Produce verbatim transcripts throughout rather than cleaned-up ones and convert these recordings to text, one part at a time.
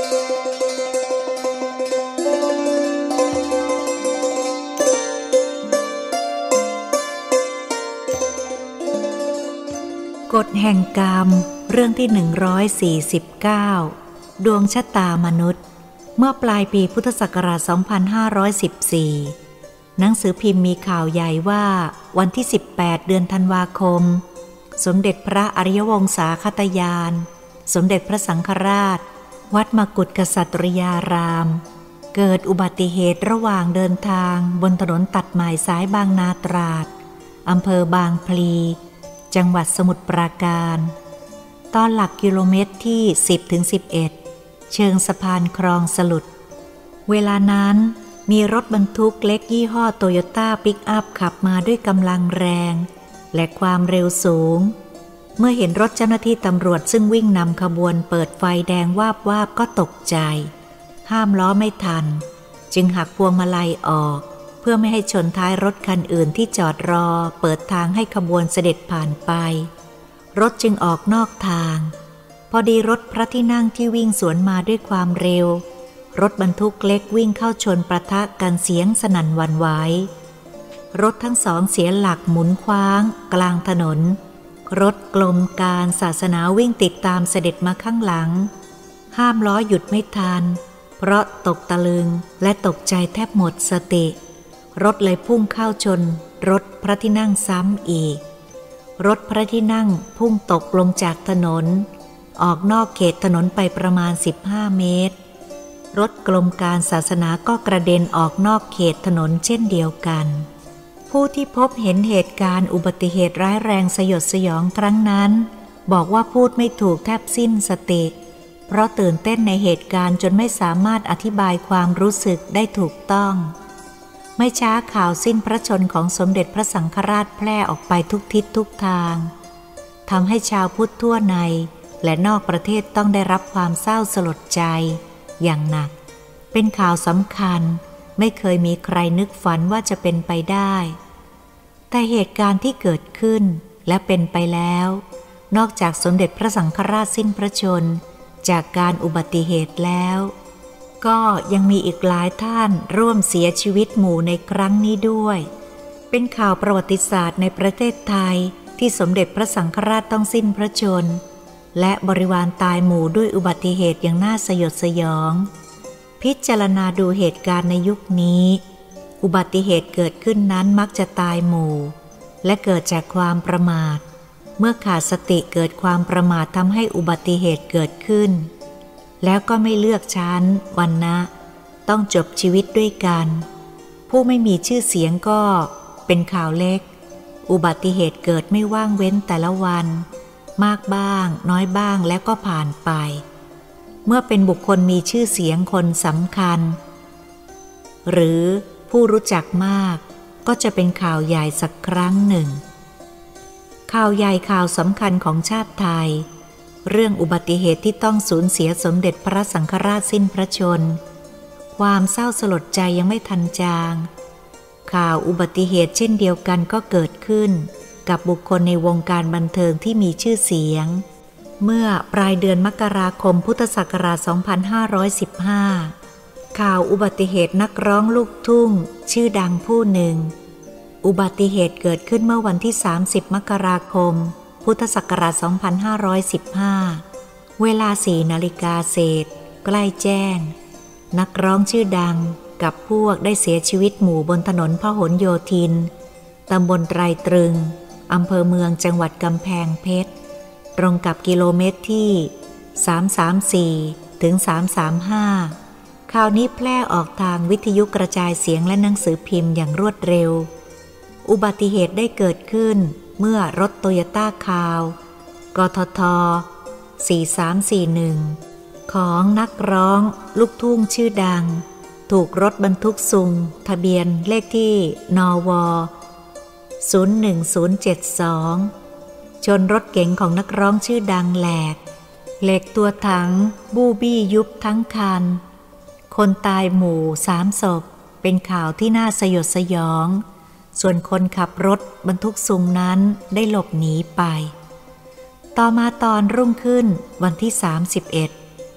กฎแห่งกรรมเรื่องที่หนึ่งร้อยสี่สิบเก้าดวงชะตามนุษย์เมื่อปลายปีพุทธศักราชสองพันห้าร้อยสิบสี่หนังสือพิมพ์มีข่าวใหญ่ว่าวันที่สิบแปดเดือนธันวาคมสมเด็จพระอริยวงศาคตยานสมเด็จพระสังฆราชวัดมกุฏกษัตริยารามเกิดอุบัติเหตุระหว่างเดินทางบนถนนตัดใหม่สายบางนาตราดอำเภอบางพลีจังหวัดสมุทรปราการตอนหลักกิโลเมตรที่ สิบถึงสิบเอ็ด เชิงสะพานคลองสลุดเวลานั้นมีรถบรรทุกเล็กยี่ห้อโตโยต้าปิกอัพขับมาด้วยกำลังแรงและความเร็วสูงเมื่อเห็นรถเจ้าหน้าที่ตำรวจซึ่งวิ่งนำขบวนเปิดไฟแดงวาบวาบก็ตกใจห้ามล้อไม่ทันจึงหักพวงมาลัยออกเพื่อไม่ให้ชนท้ายรถคันอื่นที่จอดรอเปิดทางให้ขบวนเสด็จผ่านไปรถจึงออกนอกทางพอดีรถพระที่นั่งที่วิ่งสวนมาด้วยความเร็วรถบรรทุกเล็กวิ่งเข้าชนประทะกันเสียงสนั่นหวั่นไหวรถทั้งสองเสียหลักหมุนคว้างกลางถนนรถกรมการศาสนาวิ่งติดตามเสด็จมาข้างหลังห้ามล้อหยุดไม่ทันเพราะตกตะลึงและตกใจแทบหมดสติรถเลยพุ่งเข้าชนรถพระที่นั่งซ้ำอีกรถพระที่นั่งพุ่งตกลงจากถนนออกนอกเขตถนนไปประมาณสิบห้าเมตรรถกรมการศาสนาก็กระเด็นออกนอกเขตถนนเช่นเดียวกันผู้ที่พบเห็นเหตุการณ์อุบัติเหตุร้ายแรงสยดสยองครั้งนั้นบอกว่าพูดไม่ถูกแทบสิ้นสติเพราะตื่นเต้นในเหตุการณ์จนไม่สามารถอธิบายความรู้สึกได้ถูกต้องไม่ช้าข่าวสิ้นพระชนของสมเด็จพระสังฆราชแพร่ออกไปทุกทิศทุกทางทำให้ชาวพุทธทั่วในและนอกประเทศต้องได้รับความเศร้าสลดใจอย่างหนักเป็นข่าวสำคัญไม่เคยมีใครนึกฝันว่าจะเป็นไปได้แต่เหตุการณ์ที่เกิดขึ้นและเป็นไปแล้วนอกจากสมเด็จพระสังฆราชสิ้นพระชนจากการอุบัติเหตุแล้วก็ยังมีอีกหลายท่านร่วมเสียชีวิตหมู่ในครั้งนี้ด้วยเป็นข่าวประวัติศาสตร์ในประเทศไทยที่สมเด็จพระสังฆราชต้องสิ้นพระชนและบริวารตายหมู่ด้วยอุบัติเหตุอย่างน่าสยดสยองพิจารณาดูเหตุการณ์ในยุคนี้อุบัติเหตุเกิดขึ้นนั้นมักจะตายหมู่และเกิดจากความประมาทเมื่อขาดสติเกิดความประมาททำให้อุบัติเหตุเกิดขึ้นแล้วก็ไม่เลือกชั้นวรรณะต้องจบชีวิตด้วยกันผู้ไม่มีชื่อเสียงก็เป็นข่าวเล็กอุบัติเหตุเกิดไม่ว่างเว้นแต่ละวันมากบ้างน้อยบ้างแล้วก็ผ่านไปเมื่อเป็นบุคคลมีชื่อเสียงคนสำคัญหรือผู้รู้จักมากก็จะเป็นข่าวใหญ่สักครั้งหนึ่งข่าวใหญ่ข่าวสำคัญของชาติไทยเรื่องอุบัติเหตุที่ต้องสูญเสียสมเด็จพระสังฆราชสิ้นพระชนความเศร้าสลดใจยังไม่ทันจางข่าวอุบัติเหตุเช่นเดียวกันก็เกิดขึ้นกับบุคคลในวงการบันเทิงที่มีชื่อเสียงเมื่อปลายเดือนมกราคมพุทธศักราชสองพันห้าร้อยสิบห้าข่าวอุบัติเหตุนักร้องลูกทุ่งชื่อดังผู้หนึ่งอุบัติเหตุเกิดขึ้นเมื่อวันที่สามสิบมกราคมพุทธศักราชสองพันห้าร้อยสิบห้าเวลาสี่นาฬิกาเศษใกล้แจ้งนักร้องชื่อดังกับพวกได้เสียชีวิตหมู่บนถนนพหลโยธินตำบลไตรตรึงอำเภอเมืองจังหวัดกำแพงเพชรตรงกับกิโลเมตรที่สามร้อยสามสิบสี่ถึงสามร้อยสามสิบห้าข่าวนี้แพร่ออกทางวิทยุกระจายเสียงและหนังสือพิมพ์อย่างรวดเร็วอุบัติเหตุได้เกิดขึ้นเมื่อรถโตโยต้าคาวกททสี่สามสี่หนึ่งของนักร้องลูกทุ่งชื่อดังถูกรถบรรทุกซุงทะเบียนเลขที่นวศูนย์หนึ่งศูนย์เจ็ดสองชนรถเก๋งของนักร้องชื่อดังแหลกเหล็กตัวถังบูบี้ยุบทั้งคันคนตายหมู่สามศพเป็นข่าวที่น่าสยดสยองส่วนคนขับรถบรรทุกซุงนั้นได้หลบหนีไปต่อมาตอนรุ่งขึ้นวันที่สามสิบเอ็ด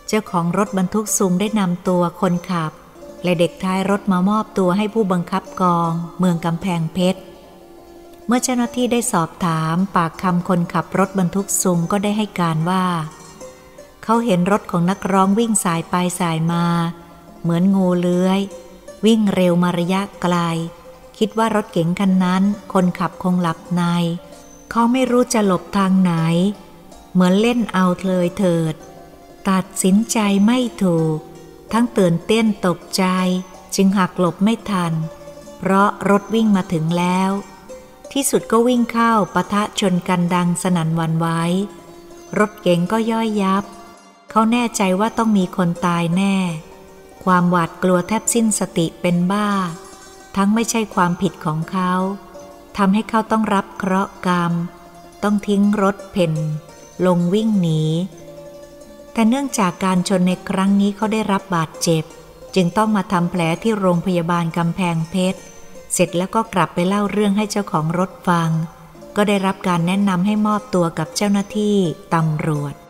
เจ้าของรถบรรทุกซุงได้นำตัวคนขับและเด็กท้ายรถมามอบตัวให้ผู้บังคับกองเมืองกำแพงเพชรเมื่อเจ้าหน้าที่ได้สอบถามปากคำคนขับรถบรรทุกซุงก็ได้ให้การว่าเขาเห็นรถของนักร้องวิ่งสายไปสายมาเหมือนงูเลื้อยวิ่งเร็วมาระยะไกลคิดว่ารถเก๋งคันนั้นคนขับคงหลับในเขาไม่รู้จะหลบทางไหนเหมือนเล่นเอาเลยเถิดตัดสินใจไม่ถูกทั้งตื่นเต้นตกใจจึงหักหลบไม่ทันเพราะรถวิ่งมาถึงแล้วที่สุดก็วิ่งเข้าปะทะชนกันดังสนั่นหวั่นไหวรถเก๋งก็ย่อยยับเขาแน่ใจว่าต้องมีคนตายแน่ความหวาดกลัวแทบสิ้นสติเป็นบ้าทั้งไม่ใช่ความผิดของเขาทำให้เขาต้องรับเคราะห์กรรมต้องทิ้งรถเพ่นลงวิ่งหนีแต่เนื่องจากการชนในครั้งนี้เขาได้รับบาดเจ็บจึงต้องมาทำแผลที่โรงพยาบาลกำแพงเพชรเสร็จแล้วก็กลับไปเล่าเรื่องให้เจ้าของรถฟังก็ได้รับการแนะนำให้มอบตัวกับเจ้าหน้าที่ตำรวจ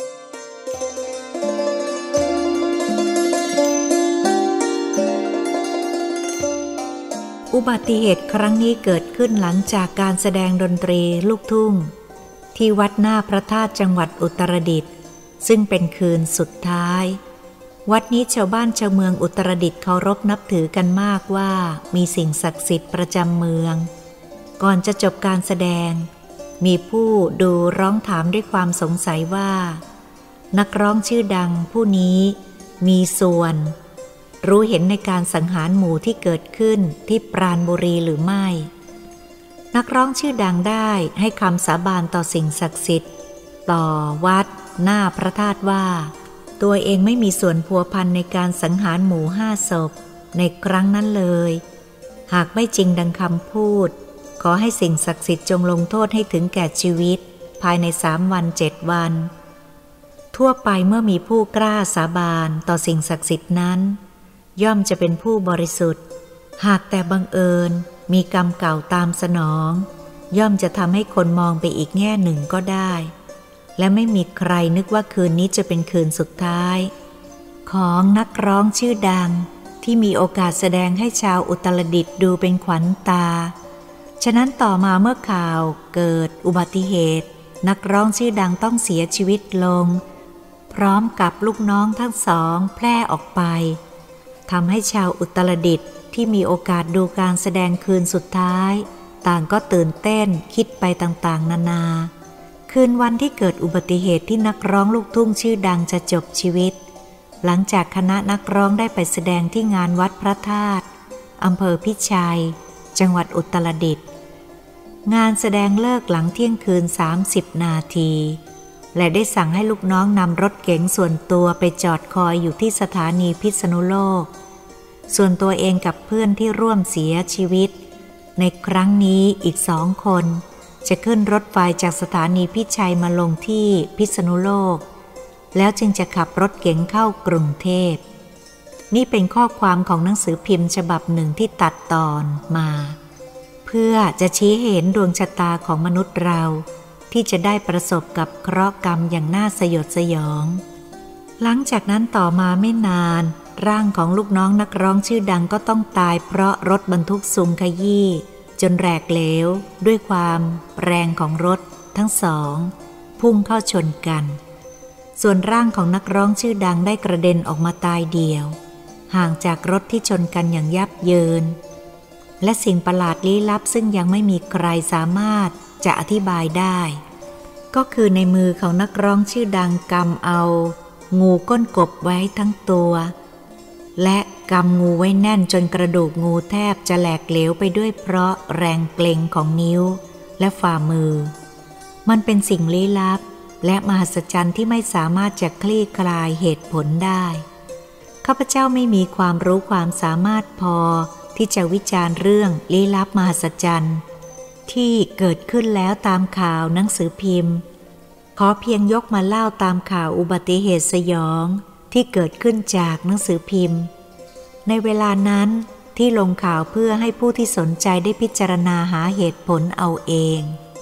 อุบัติเหตุครั้งนี้เกิดขึ้นหลังจากการแสดงดนตรีลูกทุ่งที่วัดหน้าพระธาตุจังหวัดอุตรดิตถ์ซึ่งเป็นคืนสุดท้ายวัดนี้ชาวบ้านชาวเมืองอุตรดิตถ์เคารพนับถือกันมากว่ามีสิ่งศักดิ์สิทธิ์ประจำเมืองก่อนจะจบการแสดงมีผู้ดูร้องถามด้วยความสงสัยว่านักร้องชื่อดังผู้นี้มีส่วนรู้เห็นในการสังหารหมู่ที่เกิดขึ้นที่ปราณบุรีหรือไม่นักร้องชื่อดังได้ให้คำสาบานต่อสิ่งศักดิ์สิทธิ์ต่อวัดหน้าพระธาตุว่าตัวเองไม่มีส่วนพัวพันในการสังหารหมู่ห้าศพในครั้งนั้นเลยหากไม่จริงดังคำพูดขอให้สิ่งศักดิ์สิทธิ์จงลงโทษให้ถึงแก่ชีวิตภายในสามวันเจ็ดวันทั่วไปเมื่อมีผู้กล้าสาบานต่อสิ่งศักดิ์สิทธิ์นั้นย่อมจะเป็นผู้บริสุทธิ์หากแต่บังเอิญมีกรรมเก่าตามสนองย่อมจะทำให้คนมองไปอีกแง่หนึ่งก็ได้และไม่มีใครนึกว่าคืนนี้จะเป็นคืนสุดท้ายของนักร้องชื่อดังที่มีโอกาสแสดงให้ชาวอุตรดิตถ์ดูเป็นขวัญตาฉะนั้นต่อมาเมื่อข่าวเกิดอุบัติเหตุนักร้องชื่อดังต้องเสียชีวิตลงพร้อมกับลูกน้องทั้งสองแพร่ออกไปทำให้ชาวอุตรดิตถ์ที่มีโอกาสดูการแสดงคืนสุดท้ายต่างก็ตื่นเต้นคิดไปต่างๆนานาคืนวันที่เกิดอุบัติเหตุที่นักร้องลูกทุ่งชื่อดังจะจบชีวิตหลังจากคณะนักร้องได้ไปแสดงที่งานวัดพระธาตุอำเภอพิชัยจังหวัดอุตรดิตถ์งานแสดงเลิกหลังเที่ยงคืนสามสิบนาทีและได้สั่งให้ลูกน้องนำรถเก๋งส่วนตัวไปจอดคอยอยู่ที่สถานีพิษณุโลกส่วนตัวเองกับเพื่อนที่ร่วมเสียชีวิตในครั้งนี้อีกสองคนจะขึ้นรถไฟจากสถานีพิชัยมาลงที่พิษณุโลกแล้วจึงจะขับรถเก๋งเข้ากรุงเทพนี่เป็นข้อความของหนังสือพิมพ์ฉบับหนึ่งที่ตัดตอนมาเพื่อจะชี้ให้เห็นดวงชะตาของมนุษย์เราที่จะได้ประสบกับเคราะห์กรรมอย่างน่าสยดสยองหลังจากนั้นต่อมาไม่นานร่างของลูกน้องนักร้องชื่อดังก็ต้องตายเพราะรถบรรทุกซุงขยี้จนแหลกเหลวด้วยความแรงของรถทั้งสองพุ่งเข้าชนกันส่วนร่างของนักร้องชื่อดังได้กระเด็นออกมาตายเดียวห่างจากรถที่ชนกันอย่างยับเยินและสิ่งประหลาดลี้ลับซึ่งยังไม่มีใครสามารถจะอธิบายได้ก็คือในมือของนักร้องชื่อดังกำเอางูก้นกบไว้ทั้งตัวและกำงูไว้แน่นจนกระดูกงูแทบจะแหลกเหลวไปด้วยเพราะแรงเกร็งของนิ้วและฝ่ามือมันเป็นสิ่งลี้ลับและมหัศจรรย์ที่ไม่สามารถจะคลี่คลายเหตุผลได้ข้าพเจ้าไม่มีความรู้ความสามารถพอที่จะวิจารณ์เรื่องลี้ลับมหัศจรรย์ที่เกิดขึ้นแล้วตามข่าวหนังสือพิมพ์ขอเพียงยกมาเล่าตามข่าวอุบัติเหตุสยองที่เกิดขึ้นจากหนังสือพิมพ์ในเวลานั้นที่ลงข่าวเพื่อให้ผู้ที่สนใจได้พิจารณาหาเหตุผลเอาเอง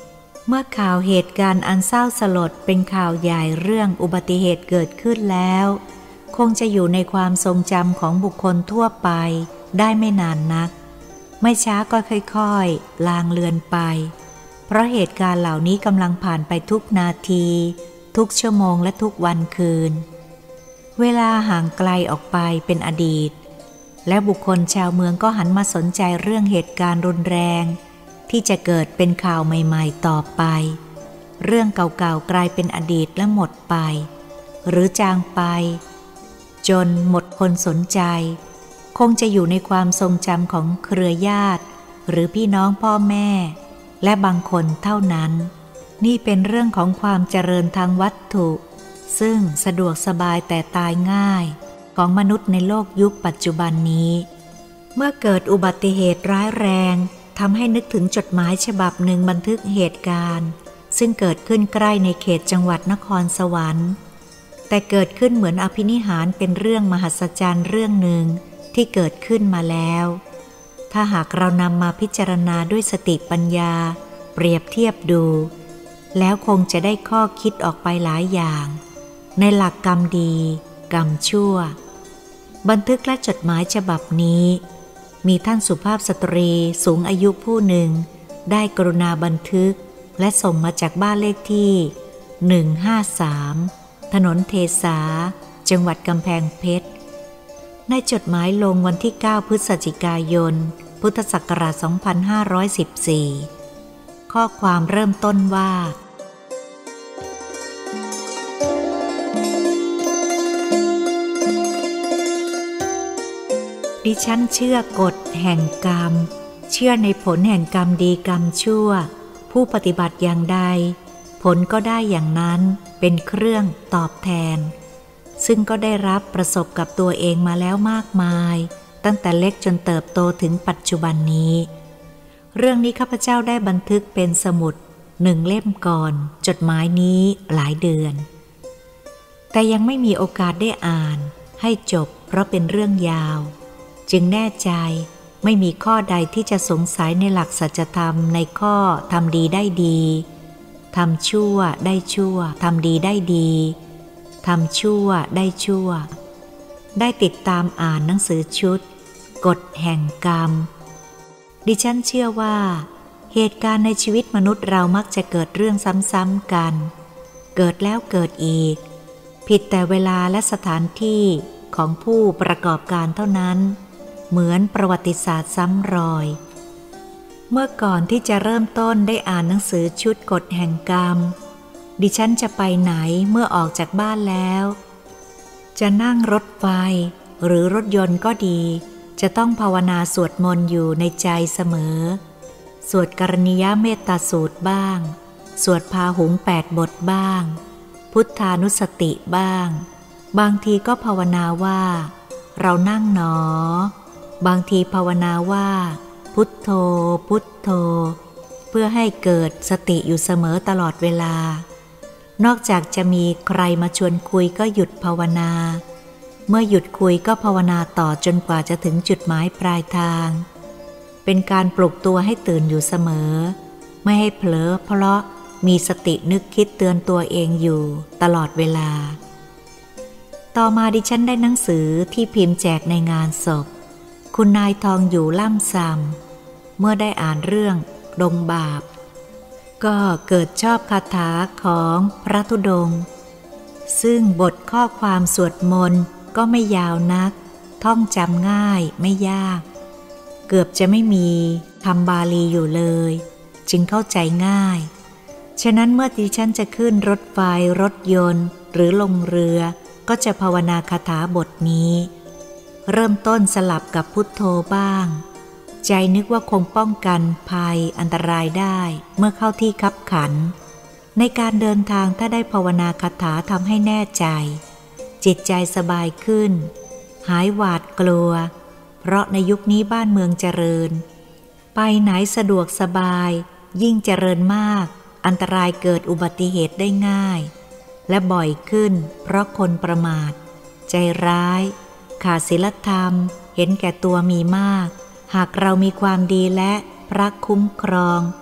เมื่อข่าวเหตุการณ์อันเศร้าสลดเป็นข่าวใหญ่เรื่องอุบัติเหตุเกิดขึ้นแล้วคงจะอยู่ในความทรงจำของบุคคลทั่วไปได้ไม่นานนักไม่ช้าก็ค่อยๆลางเลือนไปเพราะเหตุการณ์เหล่านี้กำลังผ่านไปทุกนาทีทุกชั่วโมงและทุกวันคืนเวลาห่างไกลออกไปเป็นอดีตและบุคคลชาวเมืองก็หันมาสนใจเรื่องเหตุการณ์รุนแรงที่จะเกิดเป็นข่าวใหม่ๆต่อไปเรื่องเก่าๆกลายเป็นอดีตและหมดไปหรือจางไปจนหมดคนสนใจคงจะอยู่ในความทรงจำของเครือญาติหรือพี่น้องพ่อแม่และบางคนเท่านั้นนี่เป็นเรื่องของความเจริญทางวัตถุซึ่งสะดวกสบายแต่ตายง่ายของมนุษย์ในโลกยุคปัจจุบันนี้เมื่อเกิดอุบัติเหตุร้ายแรงทำให้นึกถึงจดหมายฉบับหนึ่งบันทึกเหตุการณ์ซึ่งเกิดขึ้นใกล้ในเขตจังหวัดนครสวรรค์แต่เกิดขึ้นเหมือนอภินิหารเป็นเรื่องมหัศจรรย์เรื่องหนึ่งที่เกิดขึ้นมาแล้วถ้าหากเรานำมาพิจารณาด้วยสติปัญญาเปรียบเทียบดูแล้วคงจะได้ข้อคิดออกไปหลายอย่างในหลักกรรมดีกรรมชั่วบันทึกและจดหมายฉบับนี้มีท่านสุภาพสตรีสูงอายุผู้หนึ่งได้กรุณาบันทึกและส่งมาจากบ้านเลขที่หนึ่งห้าสามถนนเทสาจังหวัดกำแพงเพชรในจดหมายลงวันที่เก้าพฤศจิกายนพุทธศักราชสองพันห้าร้อยสิบสี่ข้อความเริ่มต้นว่าดิฉันเชื่อกฎแห่งกรรมเชื่อในผลแห่งกรรมดีกรรมชั่วผู้ปฏิบัติอย่างใดผลก็ได้อย่างนั้นเป็นเครื่องตอบแทนซึ่งก็ได้รับประสบกับตัวเองมาแล้วมากมายตั้งแต่เล็กจนเติบโตถึงปัจจุบันนี้เรื่องนี้ข้าพเจ้าได้บันทึกเป็นสมุดหนึ่งเล่มก่อนจดหมายนี้หลายเดือนแต่ยังไม่มีโอกาสได้อ่านให้จบเพราะเป็นเรื่องยาวจึงแน่ใจไม่มีข้อใดที่จะสงสัยในหลักสัจธรรมในข้อทำดีได้ดีทำชั่วได้ชั่วทำดีได้ดีทำชั่วได้ชั่วได้ติดตามอ่านหนังสือชุดกฎแห่งกรรมดิฉันเชื่อว่าเหตุการณ์ในชีวิตมนุษย์เรามักจะเกิดเรื่องซ้ำๆกันเกิดแล้วเกิดอีกผิดแต่เวลาและสถานที่ของผู้ประกอบการเท่านั้นเหมือนประวัติศาสตร์ซ้ำรอยเมื่อก่อนที่จะเริ่มต้นได้อ่านหนังสือชุดกฎแห่งกรรมดิฉันจะไปไหนเมื่อออกจากบ้านแล้วจะนั่งรถไฟหรือรถยนต์ก็ดีจะต้องภาวนาสวดมนต์อยู่ในใจเสมอสวดกรณียเมตตาสูตรบ้างสวดพาหุงแปดบทบ้างพุทธานุสติบ้างบางทีก็ภาวนาว่าเรานั่งหนอบางทีภาวนาว่าพุทโธพุทโธเพื่อให้เกิดสติอยู่เสมอตลอดเวลานอกจากจะมีใครมาชวนคุยก็หยุดภาวนาเมื่อหยุดคุยก็ภาวนาต่อจนกว่าจะถึงจุดหมายปลายทางเป็นการปลุกตัวให้ตื่นอยู่เสมอไม่ให้เผลอเพราะมีสตินึกคิดเตือนตัวเองอยู่ตลอดเวลาต่อมาดิฉันได้หนังสือที่พิมพ์แจกในงานศพคุณนายทองอยู่ล่ำซำเมื่อได้อ่านเรื่องดงบาปก็เกิดชอบคาถาของพระธุดงค์ซึ่งบทข้อความสวดมนต์ก็ไม่ยาวนักท่องจำง่ายไม่ยากเกือบจะไม่มีคำบาลีอยู่เลยจึงเข้าใจง่ายฉะนั้นเมื่อดิฉันจะขึ้นรถไฟรถยนต์หรือลงเรือก็จะภาวนาคาถาบทนี้เริ่มต้นสลับกับพุทโธบ้างใจนึกว่าคงป้องกันภัยอันตรายได้เมื่อเข้าที่คับขันในการเดินทางถ้าได้ภาวนาคาถาทำให้แน่ใจจิตใจสบายขึ้นหายหวาดกลัวเพราะในยุคนี้บ้านเมืองเจริญไปไหนสะดวกสบายยิ่งเจริญมากอันตรายเกิดอุบัติเหตุได้ง่ายและบ่อยขึ้นเพราะคนประมาทใจร้ายขาดศีลธรรมเห็นแก่ตัวมีมากหากเรามีความดีและพระคุ้มครองพ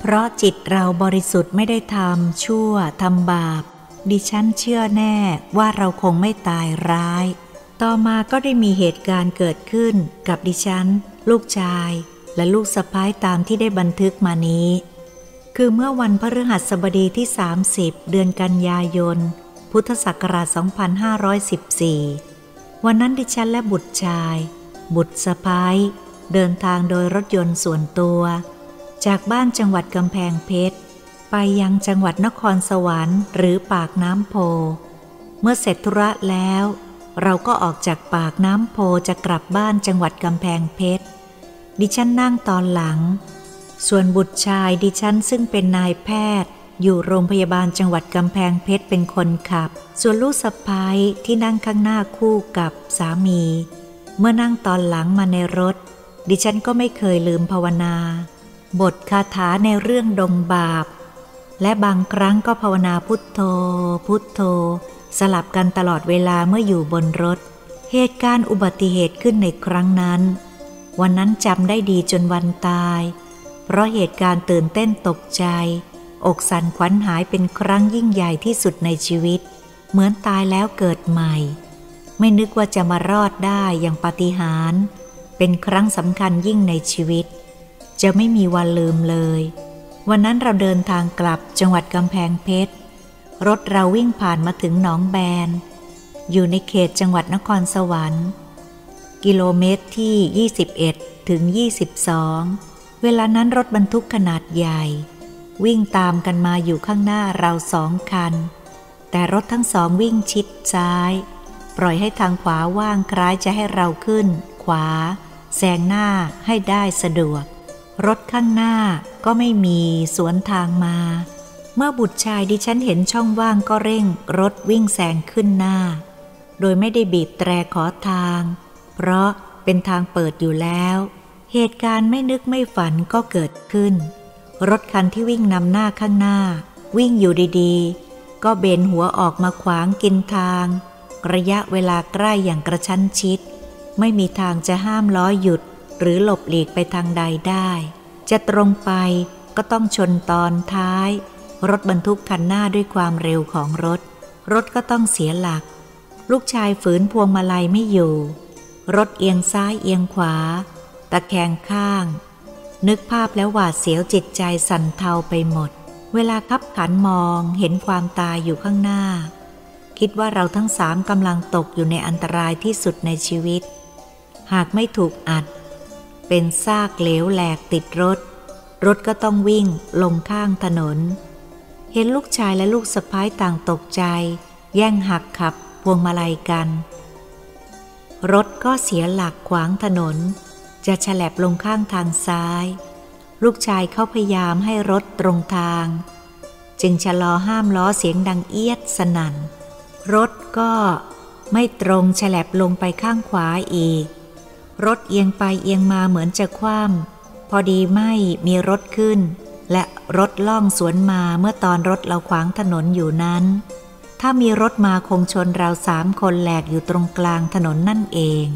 เพราะจิตเราบริสุทธิ์ไม่ได้ทำชั่วทำบาปดิฉันเชื่อแน่ว่าเราคงไม่ตายร้ายต่อมาก็ได้มีเหตุการณ์เกิดขึ้นกับดิฉันลูกชายและลูกสะใภ้ตามที่ได้บันทึกมานี้คือเมื่อวันพฤหัสบดีที่สามสิบเดือนกันยายนพุทธศักราชสองพันห้าร้อยสิบสี่วันนั้นดิฉันและบุตรชายบุตรสะใภ้เดินทางโดยรถยนต์ส่วนตัวจากบ้านจังหวัดกำแพงเพชรไปยังจังหวัดนครสวรรค์หรือปากน้ำโพเมื่อเสร็จธุระแล้วเราก็ออกจากปากน้ำโพจะกลับบ้านจังหวัดกำแพงเพชรดิฉันนั่งตอนหลังส่วนบุตรชายดิฉันซึ่งเป็นนายแพทย์อยู่โรงพยาบาลจังหวัดกำแพงเพชรเป็นคนขับส่วนลูกสะใภ้ที่นั่งข้างหน้าคู่กับสามีเมื่อนั่งตอนหลังมาในรถดิฉันก็ไม่เคยลืมภาวนาบทคาถาในเรื่องดงบาปและบางครั้งก็ภาวนาพุทโธพุทโธสลับกันตลอดเวลาเมื่ออยู่บนรถเหตุการณ์อุบัติเหตุขึ้นในครั้งนั้นวันนั้นจำได้ดีจนวันตายเพราะเหตุการณ์ตื่นเต้นตกใจอกสั่นขวัญหายเป็นครั้งยิ่งใหญ่ที่สุดในชีวิตเหมือนตายแล้วเกิดใหม่ไม่นึกว่าจะมารอดได้อย่างปาฏิหาริย์เป็นครั้งสำคัญยิ่งในชีวิตจะไม่มีวันลืมเลยวันนั้นเราเดินทางกลับจังหวัดกำแพงเพชรรถเราวิ่งผ่านมาถึงหนองแบนอยู่ในเขตจังหวัดนครสวรรค์กิโลเมตรที่ยี่สิบเอ็ดถึงยี่สิบสองเวลานั้นรถบรรทุกขนาดใหญ่วิ่งตามกันมาอยู่ข้างหน้าเราสองคันแต่รถทั้งสองวิ่งชิดซ้ายปล่อยให้ทางขวาว่างคล้ายจะให้เราขึ้นขวาแซงหน้าให้ได้สะดวกรถข้างหน้าก็ไม่มีสวนทางมาเมื่อบุตรชายดิฉันเห็นช่องว่างก็เร่งรถวิ่งแซงขึ้นหน้าโดยไม่ได้บีบแตรขอทางเพราะเป็นทางเปิดอยู่แล้วเหตุการณ์ไม่นึกไม่ฝันก็เกิดขึ้นรถคันที่วิ่งนำหน้าข้างหน้าวิ่งอยู่ดีๆก็เบนหัวออกมาขวางกินทางระยะเวลาใกล้อย่างกระชั้นชิดไม่มีทางจะห้ามล้อหยุดหรือหลบหลีกไปทางใดได้จะตรงไปก็ต้องชนตอนท้ายรถบรรทุกคันหน้าด้วยความเร็วของรถรถก็ต้องเสียหลักลูกชายฝืนพวงมาลัยไม่อยู่รถเอียงซ้ายเอียงขวาตะแคงข้างนึกภาพแล้วหวาดเสียวจิตใจสั่นเทาไปหมดเวลาคับขันมองเห็นความตายอยู่ข้างหน้าคิดว่าเราทั้งสามกำลังตกอยู่ในอันตรายที่สุดในชีวิตหากไม่ถูกอัดเป็นซากเหลวแหลกติดรถรถก็ต้องวิ่งลงข้างถนนเห็นลูกชายและลูกสะใภ้ต่างตกใจแย่งหักขับพวงมาลัยกันรถก็เสียหลักขวางถนนจะฉลับลงข้างทางซ้ายลูกชายเขาพยายามให้รถตรงทางจึงชะลอห้ามล้อเสียงดังเอียดสนั่นรถก็ไม่ตรงฉลับลงไปข้างขวาอีกรถเอียงไปเอียงมาเหมือนจะคว่ำพอดีไม่มีรถขึ้นและรถล่องสวนมาเมื่อตอนรถเราขวางถนนอยู่นั้นถ้ามีรถมาคงชนเราสามคนแหลกอยู่ตรงกลางถนนนั่นเอง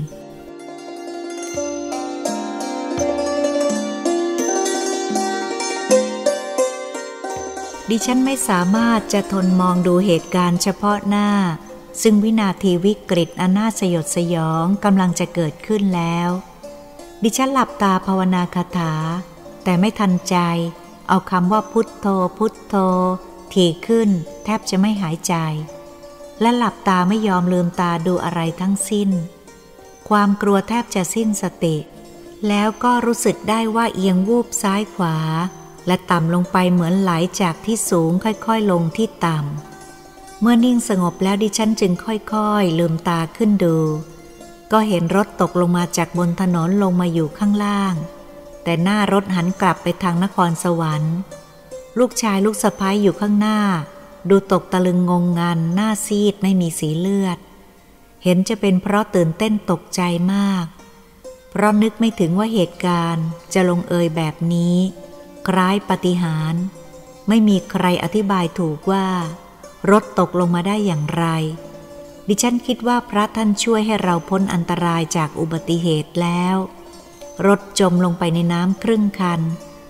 ดิฉันไม่สามารถจะทนมองดูเหตุการณ์เฉพาะหน้าซึ่งวินาทีวิกฤตอันน่าสยดสยองกำลังจะเกิดขึ้นแล้วดิฉันหลับตาภาวนาคาถาแต่ไม่ทันใจเอาคำว่าพุทโธพุทโธถี่ขึ้นแทบจะไม่หายใจและหลับตาไม่ยอมลืมตาดูอะไรทั้งสิ้นความกลัวแทบจะสิ้นสติแล้วก็รู้สึกได้ว่าเอียงวูบซ้ายขวาและต่ำลงไปเหมือนไหลจากที่สูงค่อยๆลงที่ต่ำเมื่อนิ่งสงบแล้วดิฉันจึงค่อยๆลืมตาขึ้นดูก็เห็นรถตกลงมาจากบนถนนลงมาอยู่ข้างล่างแต่หน้ารถหันกลับไปทางนครสวรรค์ลูกชายลูกสะใภ้อยู่ข้างหน้าดูตกตะลึงงงงันหน้าซีดไม่มีสีเลือดเห็นจะเป็นเพราะตื่นเต้นตกใจมากเพราะนึกไม่ถึงว่าเหตุการณ์จะลงเอยแบบนี้คล้ายปาฏิหาริย์ไม่มีใครอธิบายถูกว่ารถตกลงมาได้อย่างไรดิฉันคิดว่าพระท่านช่วยให้เราพ้นอันตรายจากอุบัติเหตุแล้วรถจมลงไปในน้ำครึ่งคัน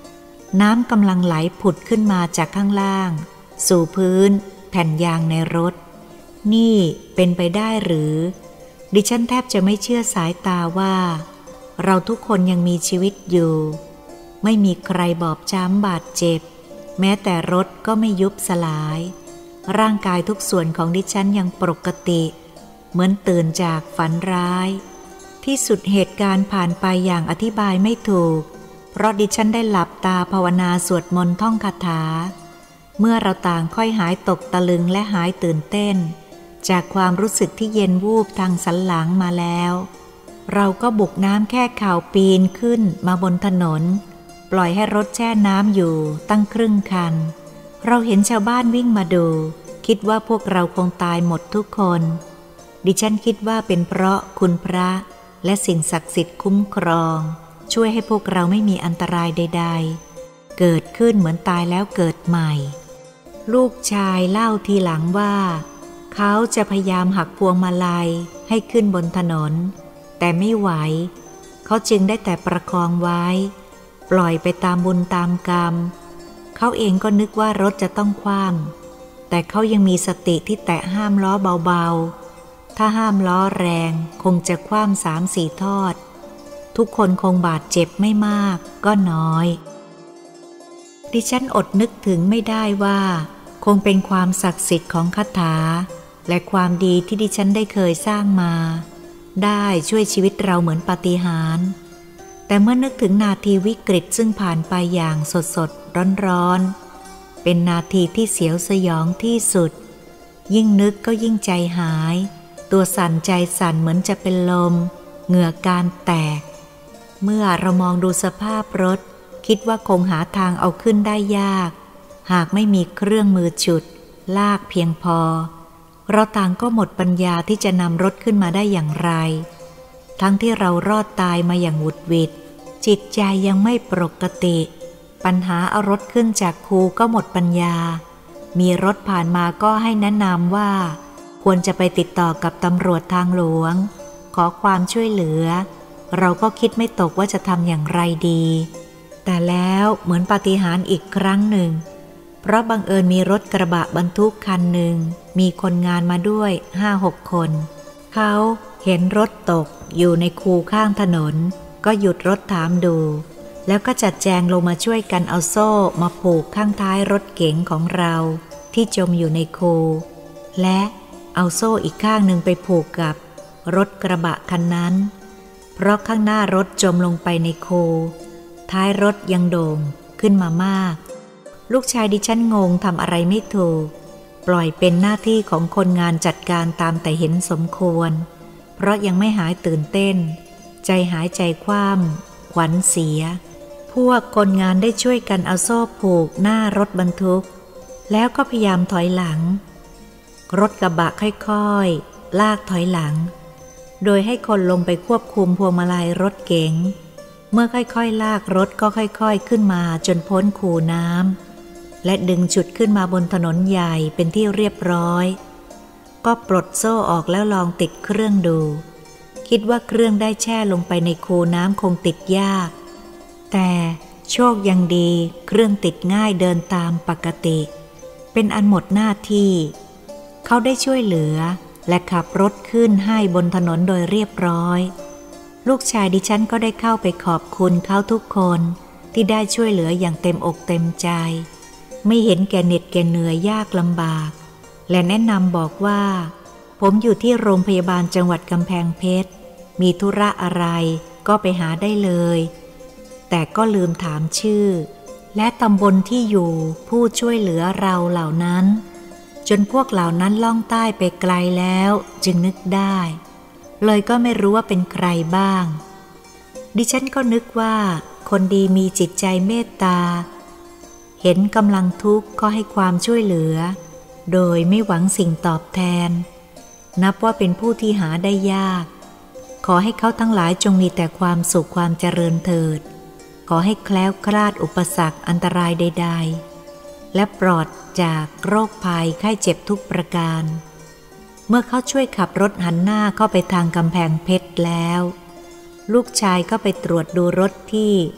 น้ำกำลังไหลผุดขึ้นมาจากข้างล่างสู่พื้นแผ่นยางในรถนี่เป็นไปได้หรือดิฉันแทบจะไม่เชื่อสายตาว่าเราทุกคนยังมีชีวิตอยู่ไม่มีใครบอบช้ำบาดเจ็บแม้แต่รถก็ไม่ยุบสลายร่างกายทุกส่วนของดิฉันยังปกติเหมือนตื่นจากฝันร้ายที่สุดเหตุการณ์ผ่านไปอย่างอธิบายไม่ถูกเพราะดิฉันได้หลับตาภาวนาสวดมนต์ท่องคาถาเมื่อเราต่างค่อยหายตกตะลึงและหายตื่นเต้นจากความรู้สึกที่เย็นวูบทางสันหลังมาแล้วเราก็บุกน้ำแค่เข่าปีนขึ้นมาบนถนนปล่อยให้รถแช่น้ำอยู่ตั้งครึ่งคันเราเห็นชาวบ้านวิ่งมาดูคิดว่าพวกเราคงตายหมดทุกคนดิฉันคิดว่าเป็นเพราะคุณพระและสิ่งศักดิ์สิทธิ์คุ้มครองช่วยให้พวกเราไม่มีอันตรายใดๆเกิดขึ้นเหมือนตายแล้วเกิดใหม่ลูกชายเล่าทีหลังว่าเขาจะพยายามหักพวงมาลัยให้ขึ้นบนถนนแต่ไม่ไหวเขาจึงได้แต่ประคองไว้ปล่อยไปตามบุญตามกรรมเขาเองก็นึกว่ารถจะต้องคว่ำแต่เขายังมีสติที่แตะห้ามล้อเบาๆถ้าห้ามล้อแรงคงจะคว่ำสามสี่ทอดทุกคนคงบาดเจ็บไม่มากก็น้อยดิฉันอดนึกถึงไม่ได้ว่าคงเป็นความศักดิ์สิทธิ์ของคาถาและความดีที่ดิฉันได้เคยสร้างมาได้ช่วยชีวิตเราเหมือนปาฏิหาริย์แต่เมื่อนึกถึงนาทีวิกฤตซึ่งผ่านไปอย่างสดสดร้อนร้อนเป็นนาทีที่เสียวสยองที่สุดยิ่งนึกก็ยิ่งใจหายตัวสั่นใจสั่นเหมือนจะเป็นลมเหงื่อการแตกเมื่อเรามองดูสภาพรถคิดว่าคงหาทางเอาขึ้นได้ยากหากไม่มีเครื่องมือฉุดลากเพียงพอเราต่างก็หมดปัญญาที่จะนำรถขึ้นมาได้อย่างไรทั้งที่เรารอดตายมาอย่างหวุดหวิดจิตใจยังไม่ปกติปัญหาเอารถขึ้นจากคูก็หมดปัญญามีรถผ่านมาก็ให้แนะนำว่าควรจะไปติดต่อกับตำรวจทางหลวงขอความช่วยเหลือเราก็คิดไม่ตกว่าจะทำอย่างไรดีแต่แล้วเหมือนปาฏิหาริย์อีกครั้งหนึ่งเพราะบังเอิญมีรถกระบะบรรทุกคันหนึ่งมีคนงานมาด้วยห้าหกคนเขาเห็นรถตกอยู่ในคูข้างถนนก็หยุดรถถามดูแล้วก็จัดแจงลงมาช่วยกันเอาโซ่มาผูกข้างท้ายรถเก๋งของเราที่จมอยู่ในคูและเอาโซ่อีกข้างหนึ่งไปผูกกับรถกระบะคันนั้นเพราะข้างหน้ารถจมลงไปในคูท้ายรถยังโด่งขึ้นมามากลูกชายดิฉันงงทำอะไรไม่ถูกปล่อยเป็นหน้าที่ของคนงานจัดการตามแต่เห็นสมควรเพราะยังไม่หายตื่นเต้นใจหายใจคว่ำขวัญเสียพวกคนงานได้ช่วยกันเอาโซ่ผูกหน้ารถบรรทุกแล้วก็พยายามถอยหลังรถกระบะค่อยๆลากถอยหลังโดยให้คนลงไปควบคุมพวงมาลัยรถเก๋งเมื่อค่อยๆลากรถก็ค่อยๆขึ้นมาจนพ้นคูน้ำและดึงฉุดขึ้นมาบนถนนใหญ่เป็นที่เรียบร้อยก็ปลดโซ่ออกแล้วลองติดเครื่องดูคิดว่าเครื่องได้แช่ลงไปในคูน้ำคงติดยากแต่โชคยังดีเครื่องติดง่ายเดินตามปกติเป็นอันหมดหน้าที่เขาได้ช่วยเหลือและขับรถขึ้นให้บนถนนโดยเรียบร้อยลูกชายดิฉันก็ได้เข้าไปขอบคุณเขาทุกคนที่ได้ช่วยเหลืออย่างเต็มอกเต็มใจไม่เห็นแก่เหน็ดแก่เหนื่อยยากลำบากและแนะนำบอกว่าผมอยู่ที่โรงพยาบาลจังหวัดกำแพงเพชรมีธุระอะไรก็ไปหาได้เลยแต่ก็ลืมถามชื่อและตำบลที่อยู่ผู้ช่วยเหลือเราเหล่านั้นจนพวกเหล่านั้นล่องใต้ไปไกลแล้วจึงนึกได้เลยก็ไม่รู้ว่าเป็นใครบ้างดิฉันก็นึกว่าคนดีมีจิตใจเมตตาเห็นกำลังทุกข์ก็ให้ความช่วยเหลือโดยไม่หวังสิ่งตอบแทนนับว่าเป็นผู้ที่หาได้ยากขอให้เขาทั้งหลายจงมีแต่ความสุขความเจริญเถิดขอให้แคล้วคลาดอุปสรรคอันตรายใดๆและปลอดจากโรคภัยไข้เจ็บทุกประการเมื่อเขาช่วยขับรถหันหน้าเข้าไปทางกำแพงเพชรแล้วลูกชายก็ไปตรวจดูรถที่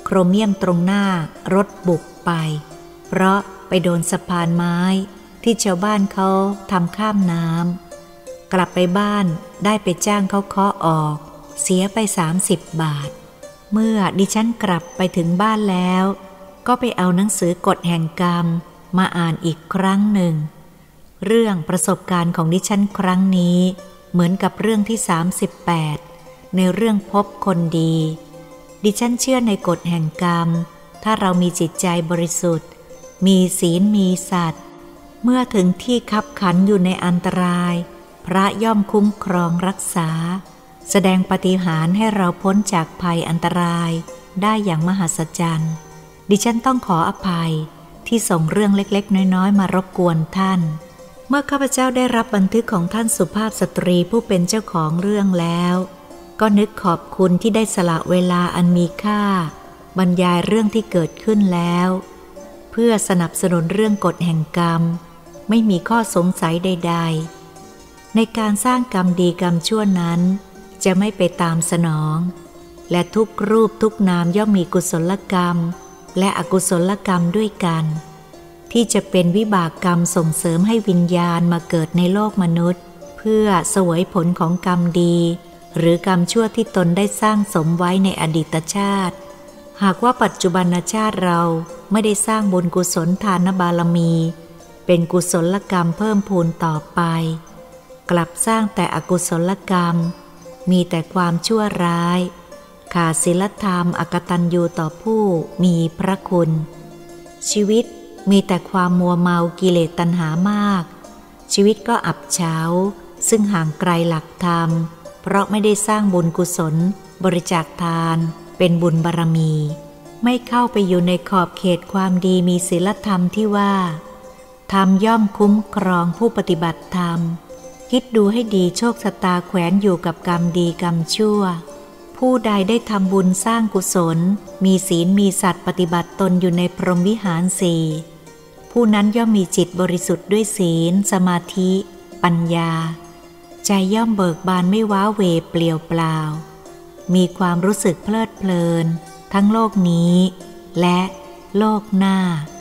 โครเมียมตรงหน้ารถบุกไปเพราะไปโดนสะพานไม้ที่ชาวบ้านเขาทำข้ามน้ำกลับไปบ้านได้ไปจ้างเขาเคาะออกเสียไปสามสิบบาทเมื่อดิฉันกลับไปถึงบ้านแล้วก็ไปเอาหนังสือกฎแห่งกรรมมาอ่านอีกครั้งหนึ่งเรื่องประสบการณ์ของดิฉันครั้งนี้เหมือนกับเรื่องที่สามสิบแปดในเรื่องพบคนดีดิฉันเชื่อในกฎแห่งกรรมถ้าเรามีจิตใจบริสุทธิ์มีศีลมีสัตย์เมื่อถึงที่คับขันอยู่ในอันตรายพระย่อมคุ้มครองรักษาแสดงปาฏิหาริย์ให้เราพ้นจากภัยอันตรายได้อย่างมหัศจรรย์ดิฉันต้องขออภัยที่ส่งเรื่องเล็กๆน้อยๆมารบกวนท่านเมื่อข้าพเจ้าได้รับบันทึกของท่านสุภาพสตรีผู้เป็นเจ้าของเรื่องแล้วก็นึกขอบคุณที่ได้สละเวลาอันมีค่าบรรยายเรื่องที่เกิดขึ้นแล้วเพื่อสนับสนุนเรื่องกฎแห่งกรรมไม่มีข้อสงสัยใดๆในการสร้างกรรมดีกรรมชั่วนั้นจะไม่ไปตามสนองและทุกรูปทุกนามย่อมมีกุศลกรรมและอกุศลกรรมด้วยกันที่จะเป็นวิบากกรรมส่งเสริมให้วิญญาณมาเกิดในโลกมนุษย์เพื่อเสวยผลของกรรมดีหรือกรรมชั่วที่ตนได้สร้างสมไว้ในอดีตชาติหากว่าปัจจุบันชาติเราไม่ได้สร้างบุญกุศลทานบารมีเป็นกุศลกรรมเพิ่มพูนต่อไปกลับสร้างแต่อกุศลกรรมมีแต่ความชั่วร้ายขาดศีลธรรมอกตัญญูต่อผู้มีพระคุณชีวิตมีแต่ความมัวเมากิเลสตัณหามากชีวิตก็อับเฉาซึ่งห่างไกลหลักธรรมเพราะไม่ได้สร้างบุญกุศลบริจาคทานเป็นบุญบารมีไม่เข้าไปอยู่ในขอบเขตความดีมีศีลธรรมที่ว่าธรรมย่อมคุ้มครองผู้ปฏิบัติธรรมคิดดูให้ดีโชคชะตาแขวนอยู่กับกรรมดีกรรมชั่วผู้ใดได้ทำบุญสร้างกุศลมีศีลมีสัตย์ปฏิบัติตนอยู่ในพรหมวิหารสี่ผู้นั้นย่อมมีจิตบริสุทธิ์ด้วยศีลสมาธิปัญญาใจย่อมเบิกบานไม่ว้าเหวเปลี่ยวเปล่ามีความรู้สึกเพลิดเพลินทั้งโลกนี้และโลกหน้า